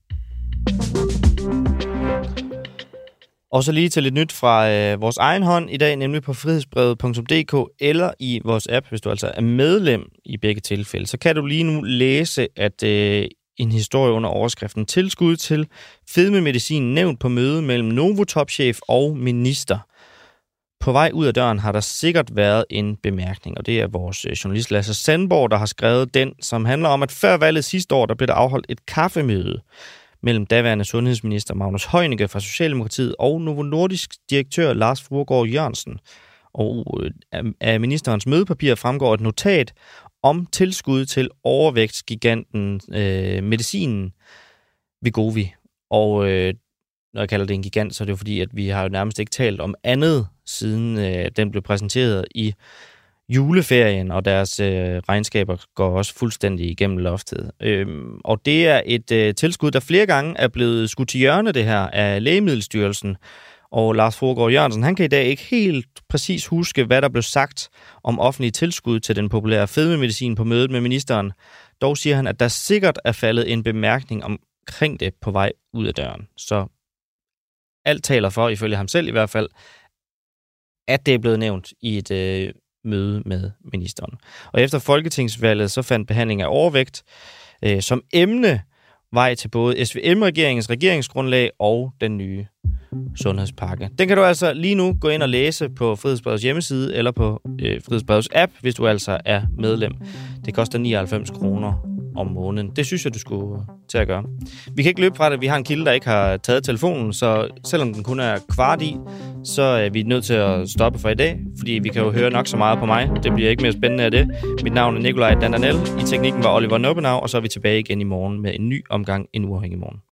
Og så lige til lidt nyt fra øh, vores egen hånd i dag, nemlig på frihedsbrevet punktum d k eller i vores app, hvis du altså er medlem i begge tilfælde. Så kan du lige nu læse, at øh, en historie under overskriften tilskud til fedmemedicin nævnt på møde mellem Novo-topchef og minister. På vej ud af døren har der sikkert været en bemærkning, og det er vores journalist Lasse Sandborg, der har skrevet den, som handler om, at før valget sidste år, der blev der afholdt et kaffemøde mellem daværende sundhedsminister Magnus Heunicke fra Socialdemokratiet og Novo Nordisk direktør Lars Fruergaard Jørgensen. Og af ministerens mødepapir fremgår et notat om tilskud til overvægtsgiganten øh, medicinen Wegovy. Og øh, når jeg kalder det en gigant, så er det jo fordi, at vi har jo nærmest ikke talt om andet, siden øh, den blev præsenteret i juleferien, og deres øh, regnskaber går også fuldstændig igennem loftet. Øhm, og det er et øh, tilskud, der flere gange er blevet skudt til hjørne, det her, af Lægemiddelstyrelsen. Og Lars Fruergaard Jørgensen, han kan i dag ikke helt præcis huske, hvad der blev sagt om offentlige tilskud til den populære fedmemedicin på mødet med ministeren. Dog siger han, at der sikkert er faldet en bemærkning omkring det på vej ud af døren. Så alt taler for, ifølge ham selv i hvert fald, at det er blevet nævnt i et øh, møde med ministeren. Og efter folketingsvalget, så fandt behandling af overvægt øh, som emne vej til både S V M-regeringens regeringsgrundlag og den nye sundhedspakke. Den kan du altså lige nu gå ind og læse på Frihedsbrevets hjemmeside eller på øh, Frihedsbrevets app, hvis du altså er medlem. Det koster nioghalvfems kroner om måneden. Det synes jeg, du skulle til at gøre. Vi kan ikke løbe fra det. Vi har en kilde, der ikke har taget telefonen, så selvom den kun er kvart i, så er vi nødt til at stoppe for i dag, fordi vi kan jo høre nok så meget på mig. Det bliver ikke mere spændende af det. Mit navn er Nikolaj Dandanel. I teknikken var Oliver Noppenau, og så er vi tilbage igen i morgen med en ny omgang En Uafhængig Morgen.